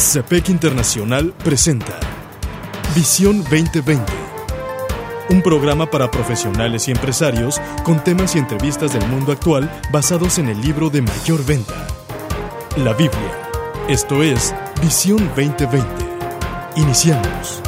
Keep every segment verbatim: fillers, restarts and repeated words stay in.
C E P E C Internacional presenta Visión veinte veinte, un programa para profesionales y empresarios con temas y entrevistas del mundo actual basados en el libro de mayor venta, la Biblia. Esto es Visión veinte veinte. Iniciamos.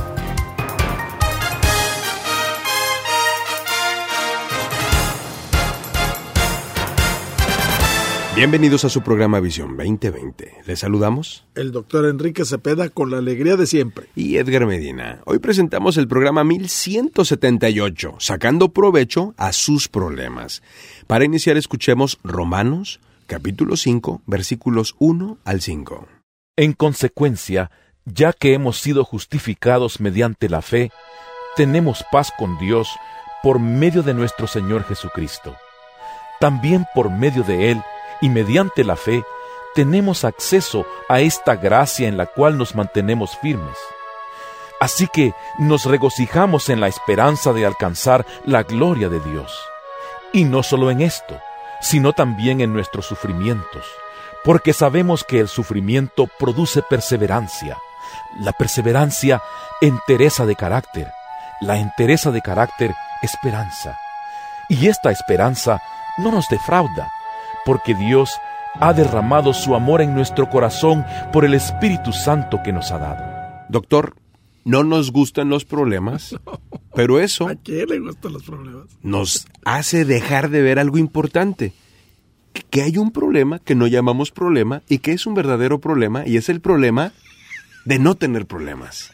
Bienvenidos a su programa Visión veinte veinte. Les saludamos el doctor Enrique Cepeda con la alegría de siempre. Y Edgar Medina. Hoy presentamos el programa mil ciento setenta y ocho, sacando provecho a sus problemas. Para iniciar, escuchemos Romanos, capítulo cinco, versículos uno al cinco. En consecuencia, ya que hemos sido justificados mediante la fe, tenemos paz con Dios por medio de nuestro Señor Jesucristo. También por medio de Él, y mediante la fe, tenemos acceso a esta gracia en la cual nos mantenemos firmes. Así que nos regocijamos en la esperanza de alcanzar la gloria de Dios. Y no solo en esto, sino también en nuestros sufrimientos, porque sabemos que el sufrimiento produce perseverancia, la perseverancia, entereza de carácter, la entereza de carácter, esperanza. Y esta esperanza no nos defrauda, porque Dios ha derramado su amor en nuestro corazón por el Espíritu Santo que nos ha dado. Doctor, no nos gustan los problemas, no. Pero eso... ¿A quién le gustan los problemas? Nos hace dejar de ver algo importante, que hay un problema que no llamamos problema y que es un verdadero problema, y es el problema de no tener problemas.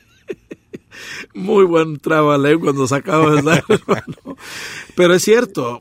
Muy buen trabalengua cuando sacabas la hermano. Pero es cierto,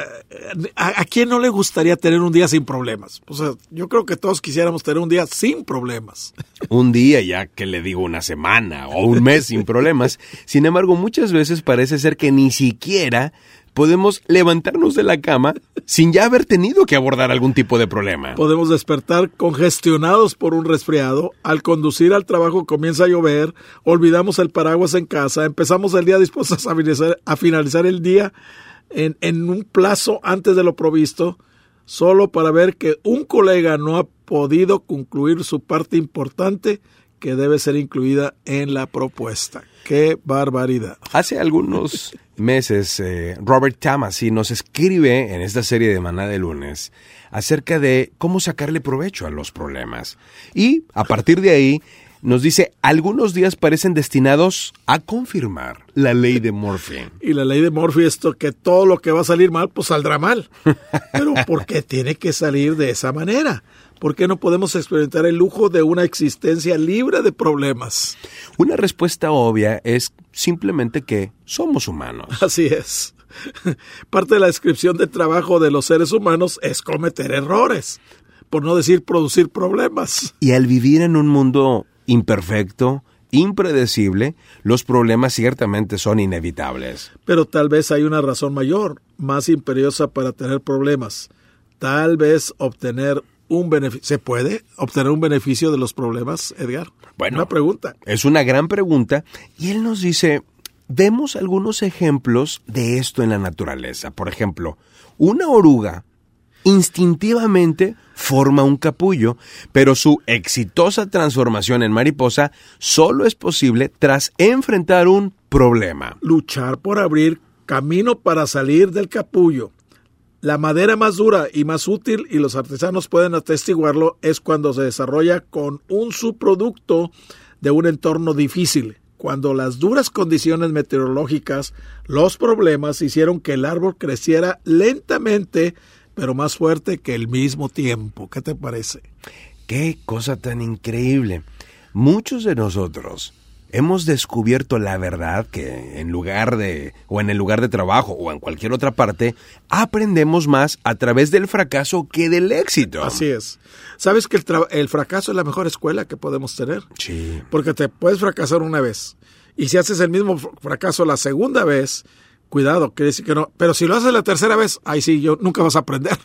¿a, ¿a quién no le gustaría tener un día sin problemas? O sea, yo creo que todos quisiéramos tener un día sin problemas. Un día, ya que le digo una semana o un mes sin problemas. Sin embargo, muchas veces parece ser que ni siquiera podemos levantarnos de la cama sin ya haber tenido que abordar algún tipo de problema. Podemos despertar congestionados por un resfriado, al conducir al trabajo comienza a llover, olvidamos el paraguas en casa, empezamos el día dispuestos a finalizar, a finalizar el día en, en un plazo antes de lo provisto, solo para ver que un colega no ha podido concluir su parte importante que debe ser incluida en la propuesta. ¡Qué barbaridad! Hace algunos meses, eh, Robert Tamasi nos escribe en esta serie de Maná de Lunes acerca de cómo sacarle provecho a los problemas. Y a partir de ahí nos dice, algunos días parecen destinados a confirmar la ley de Murphy. Y la ley de Murphy es esto, que todo lo que va a salir mal, pues saldrá mal. Pero ¿por qué tiene que salir de esa manera? ¿Por qué no podemos experimentar el lujo de una existencia libre de problemas? Una respuesta obvia es simplemente que somos humanos. Así es. Parte de la descripción de trabajo de los seres humanos es cometer errores, por no decir producir problemas. Y al vivir en un mundo imperfecto, impredecible, los problemas ciertamente son inevitables. Pero tal vez hay una razón mayor, más imperiosa para tener problemas. Tal vez obtener un beneficio. ¿Se puede obtener un beneficio de los problemas, Edgar? Bueno, una pregunta. Es una gran pregunta, y él nos dice, vemos algunos ejemplos de esto en la naturaleza. Por ejemplo, una oruga instintivamente forma un capullo, pero su exitosa transformación en mariposa solo es posible tras enfrentar un problema. Luchar por abrir camino para salir del capullo. La madera más dura y más útil, y los artesanos pueden atestiguarlo, es cuando se desarrolla con un subproducto de un entorno difícil. Cuando las duras condiciones meteorológicas, los problemas hicieron que el árbol creciera lentamente, pero más fuerte que el mismo tiempo. ¿Qué te parece? ¡Qué cosa tan increíble! Muchos de nosotros hemos descubierto la verdad que en lugar de, o en el lugar de trabajo, o en cualquier otra parte, aprendemos más a través del fracaso que del éxito. Así es. ¿Sabes que el, tra- el fracaso es la mejor escuela que podemos tener? Sí. Porque te puedes fracasar una vez. Y si haces el mismo fracaso la segunda vez, cuidado, quiere decir que no. Pero si lo haces la tercera vez, ahí sí, yo nunca vas a aprender.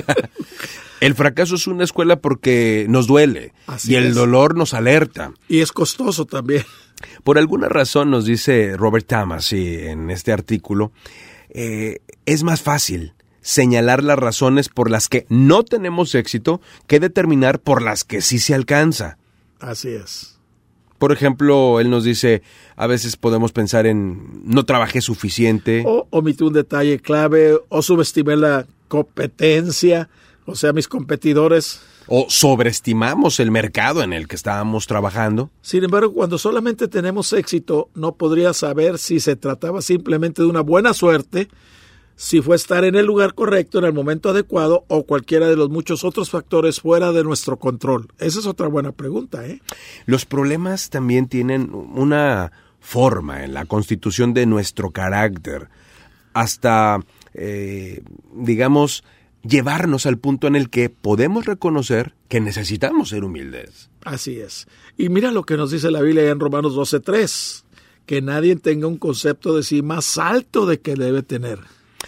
El fracaso es una escuela porque nos duele. Así y el es. dolor nos alerta. Y es costoso también. Por alguna razón, nos dice Robert Tamasi en este artículo, eh, es más fácil señalar las razones por las que no tenemos éxito que determinar por las que sí se alcanza. Así es. Por ejemplo, él nos dice, a veces podemos pensar en no trabajé suficiente. O omití un detalle clave, o subestimé la competencia, o sea, mis competidores. O sobreestimamos el mercado en el que estábamos trabajando. Sin embargo, cuando solamente tenemos éxito, no podría saber si se trataba simplemente de una buena suerte, si fue estar en el lugar correcto en el momento adecuado o cualquiera de los muchos otros factores fuera de nuestro control. Esa es otra buena pregunta, ¿eh? Los problemas también tienen una forma en la constitución de nuestro carácter, hasta, eh, digamos, llevarnos al punto en el que podemos reconocer que necesitamos ser humildes. Así es. Y mira lo que nos dice la Biblia en Romanos doce tres, que nadie tenga un concepto de sí más alto de que debe tener.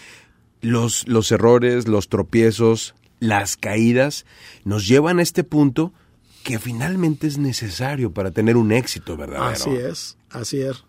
Los, los errores, los tropiezos, las caídas nos llevan a este punto que finalmente es necesario para tener un éxito verdadero. Así es, así es.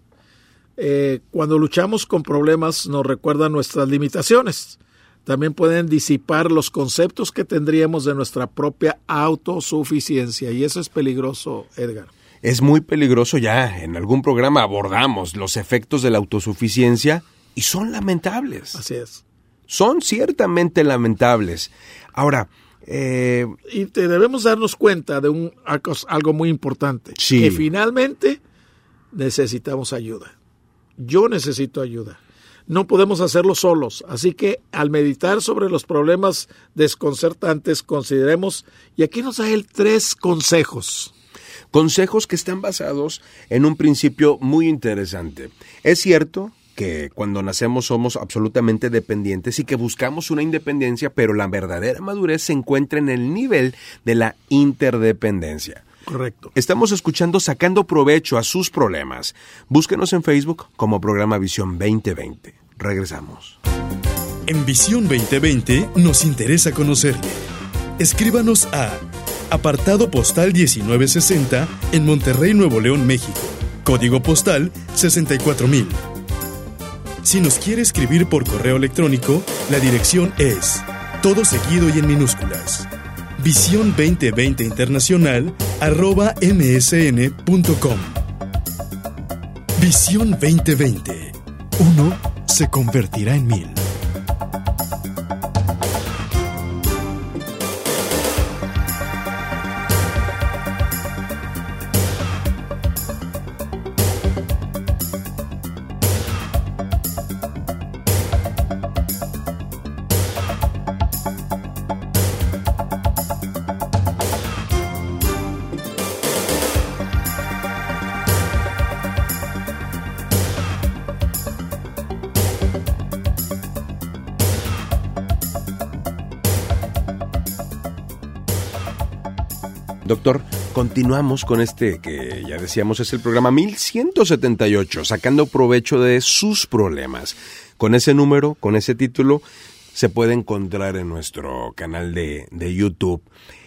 Eh, cuando luchamos con problemas nos recuerdan nuestras limitaciones. También pueden disipar los conceptos que tendríamos de nuestra propia autosuficiencia, y eso es peligroso, Edgar. Es muy peligroso. Ya en algún programa abordamos los efectos de la autosuficiencia y son lamentables. Así es. Son ciertamente lamentables. Ahora, eh, y te debemos darnos cuenta de un algo muy importante, sí. que finalmente necesitamos ayuda. Yo necesito ayuda. No podemos hacerlo solos, así que al meditar sobre los problemas desconcertantes, consideremos, y aquí nos da él tres consejos. Consejos que están basados en un principio muy interesante. Es cierto que cuando nacemos somos absolutamente dependientes y que buscamos una independencia, pero la verdadera madurez se encuentra en el nivel de la interdependencia. Correcto. Estamos escuchando Sacando Provecho a sus Problemas. Búsquenos en Facebook como Programa Visión veinte veinte. Regresamos. En Visión veinte veinte nos interesa conocerle. Escríbanos a apartado postal diecinueve sesenta en Monterrey, Nuevo León, México. Código postal sesenta y cuatro mil. Si nos quiere escribir por correo electrónico, la dirección es todo seguido y en minúsculas. Visión veinte veinte internacional arroba msn punto com. Visión veinte veinte. Uno se convertirá en mil. Doctor, continuamos con este que ya decíamos es el programa mil ciento setenta y ocho, sacando provecho de sus problemas. Con ese número, con ese título, se puede encontrar en nuestro canal de, de YouTube.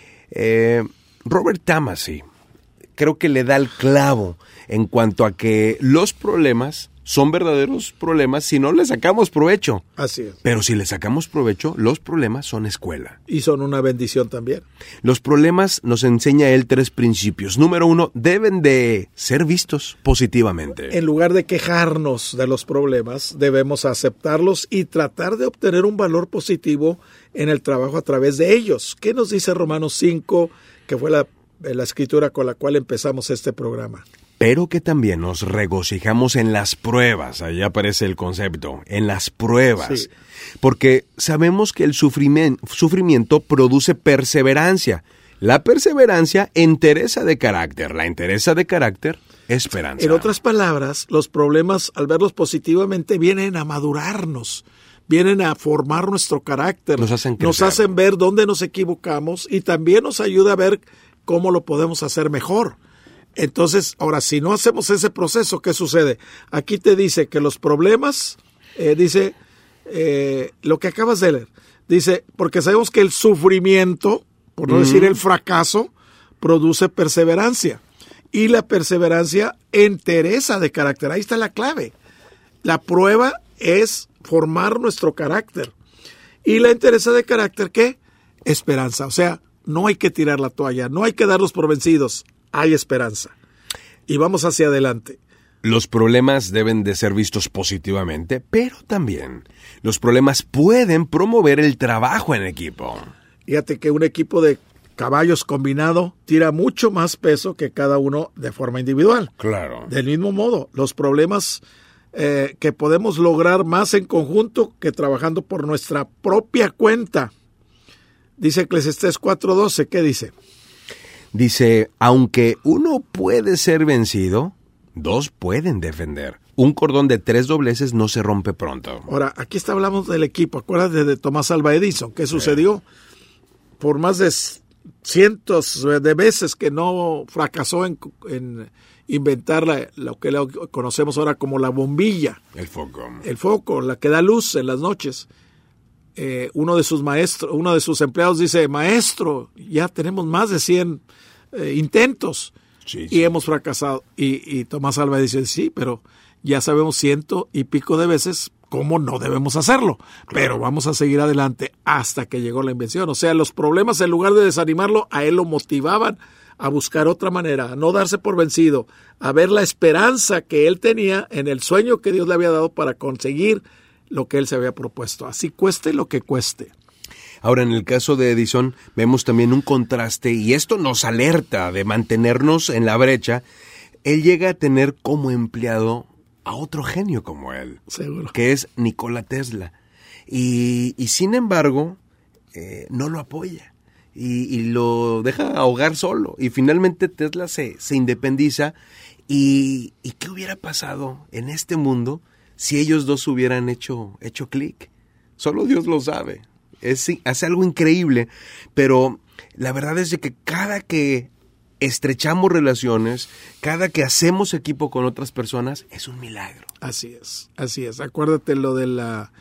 Eh, Robert Tamasi creo que le da el clavo en cuanto a que los problemas son verdaderos problemas si no le sacamos provecho. Así es. Pero si le sacamos provecho, los problemas son escuela. Y son una bendición también. Los problemas nos enseña él tres principios. Número uno, deben de ser vistos positivamente. En lugar de quejarnos de los problemas, debemos aceptarlos y tratar de obtener un valor positivo en el trabajo a través de ellos. ¿Qué nos dice Romanos cinco, que fue la, la escritura con la cual empezamos este programa? Pero que también nos regocijamos en las pruebas, ahí aparece el concepto, en las pruebas, sí. Porque sabemos que el sufrimiento, sufrimiento produce perseverancia. La perseverancia, entereza de carácter, la entereza de carácter, esperanza. En otras palabras, los problemas, al verlos positivamente, vienen a madurarnos, vienen a formar nuestro carácter, nos hacen crecer. Nos hacen ver dónde nos equivocamos y también nos ayuda a ver cómo lo podemos hacer mejor. Entonces, ahora, si no hacemos ese proceso, ¿qué sucede? Aquí te dice que los problemas, eh, dice, eh, lo que acabas de leer, dice, porque sabemos que el sufrimiento, por no mm. decir el fracaso, produce perseverancia. Y la perseverancia entereza de carácter. Ahí está la clave. La prueba es formar nuestro carácter. Y la entereza de carácter, ¿qué? Esperanza. O sea, no hay que tirar la toalla, no hay que darnos por vencidos. Hay esperanza. y vamos hacia adelante. Los problemas deben de ser vistos positivamente, pero también los problemas pueden promover el trabajo en equipo. Fíjate que un equipo de caballos combinado tira mucho más peso que cada uno de forma individual. Claro. Del mismo modo, los problemas eh, que podemos lograr más en conjunto que trabajando por nuestra propia cuenta. Dice Eclesiastés cuatro doce, ¿qué dice? Dice, aunque uno puede ser vencido, dos pueden defender. Un cordón de tres dobleces no se rompe pronto. Ahora, aquí está, hablamos del equipo. Acuérdate de Tomás Alva Edison. ¿Qué sucedió? Por más de cientos de veces que no fracasó en, en inventar la, lo que conocemos ahora como la bombilla. El foco. El foco, la que da luz en las noches. Eh, uno de sus maestros, uno de sus empleados dice, maestro, ya tenemos más de cien eh, intentos sí, y sí. hemos fracasado. Y, y Tomás Alva dice, sí, pero ya sabemos ciento y pico de veces cómo no debemos hacerlo, claro. Pero vamos a seguir adelante hasta que llegó la invención. O sea, los problemas, en lugar de desanimarlo, a él lo motivaban a buscar otra manera, a no darse por vencido, a ver la esperanza que él tenía en el sueño que Dios le había dado para conseguir lo que él se había propuesto, así cueste lo que cueste. Ahora, en el caso de Edison, vemos también un contraste, y esto nos alerta de mantenernos en la brecha. Él llega a tener como empleado a otro genio como él, seguro, que es Nikola Tesla. Y, y sin embargo, eh, no lo apoya, y, y lo deja ahogar solo. Y finalmente Tesla se, se independiza. Y, ¿Y qué hubiera pasado en este mundo si ellos dos hubieran hecho, hecho clic? Solo Dios lo sabe. Es, hace algo increíble, pero la verdad es de que cada que estrechamos relaciones, cada que hacemos equipo con otras personas, es un milagro. Así es, así es. Acuérdate lo del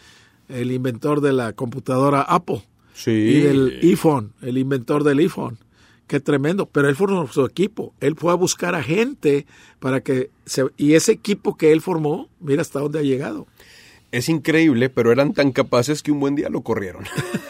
el inventor de la computadora Apple. Sí. Y del iPhone, el inventor del iPhone. Qué tremendo, pero él formó su equipo, él fue a buscar a gente para que, se, y ese equipo que él formó, mira hasta dónde ha llegado. Es increíble, pero eran tan capaces que un buen día lo corrieron.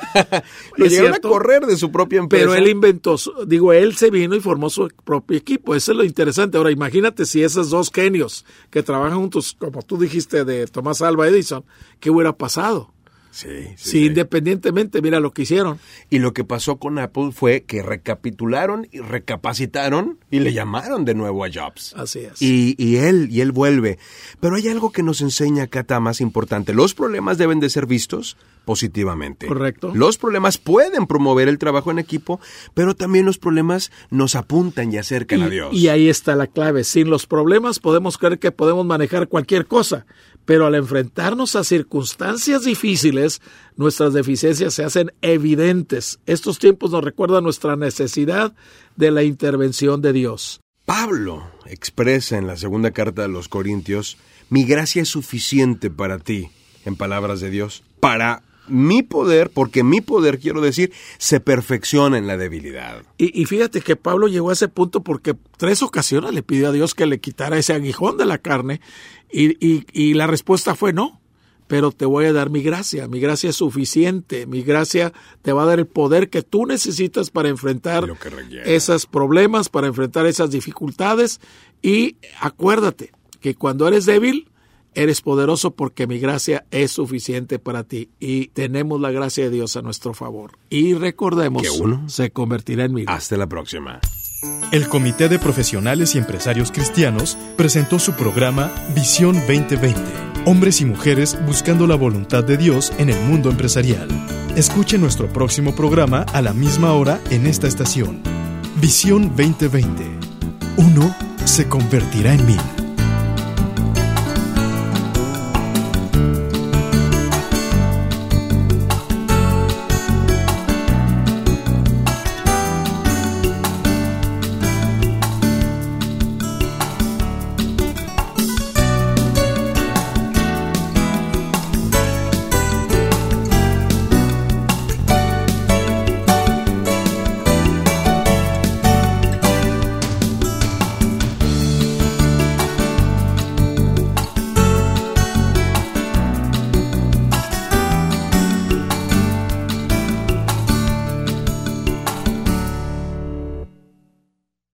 Lo llegaron a correr de su propia empresa. Pero él inventó, digo, él se vino y formó su propio equipo, eso es lo interesante. Ahora imagínate si esos dos genios que trabajan juntos, como tú dijiste de Tomás Alva Edison, ¿qué hubiera pasado? Sí, sí, sí, sí. Independientemente, mira lo que hicieron. Y lo que pasó con Apple fue que recapitularon y recapacitaron y le llamaron de nuevo a Jobs. Así es. Y, y él, y él vuelve. Pero hay algo que nos enseña acá, más importante. Los problemas deben de ser vistos positivamente. Correcto. Los problemas pueden promover el trabajo en equipo, pero también los problemas nos apuntan y acercan y, a Dios. Y ahí está la clave. Sin los problemas podemos creer que podemos manejar cualquier cosa, pero al enfrentarnos a circunstancias difíciles, nuestras deficiencias se hacen evidentes. Estos tiempos nos recuerdan nuestra necesidad de la intervención de Dios. Pablo expresa en la segunda carta de los Corintios, mi gracia es suficiente para ti, en palabras de Dios, para mi poder, porque mi poder, quiero decir, se perfecciona en la debilidad. Y, y fíjate que Pablo llegó a ese punto porque tres ocasiones le pidió a Dios que le quitara ese aguijón de la carne y, y, y la respuesta fue no, pero te voy a dar mi gracia, mi gracia es suficiente, mi gracia te va a dar el poder que tú necesitas para enfrentar esos problemas, para enfrentar esas dificultades y acuérdate que cuando eres débil, eres poderoso porque mi gracia es suficiente para ti y tenemos la gracia de Dios a nuestro favor. Y recordemos, que uno se convertirá en mil. Hasta la próxima. El Comité de Profesionales y Empresarios Cristianos presentó su programa Visión veinte veinte. Hombres y mujeres buscando la voluntad de Dios en el mundo empresarial. Escuche nuestro próximo programa a la misma hora en esta estación. Visión veinte veinte. Uno se convertirá en mil.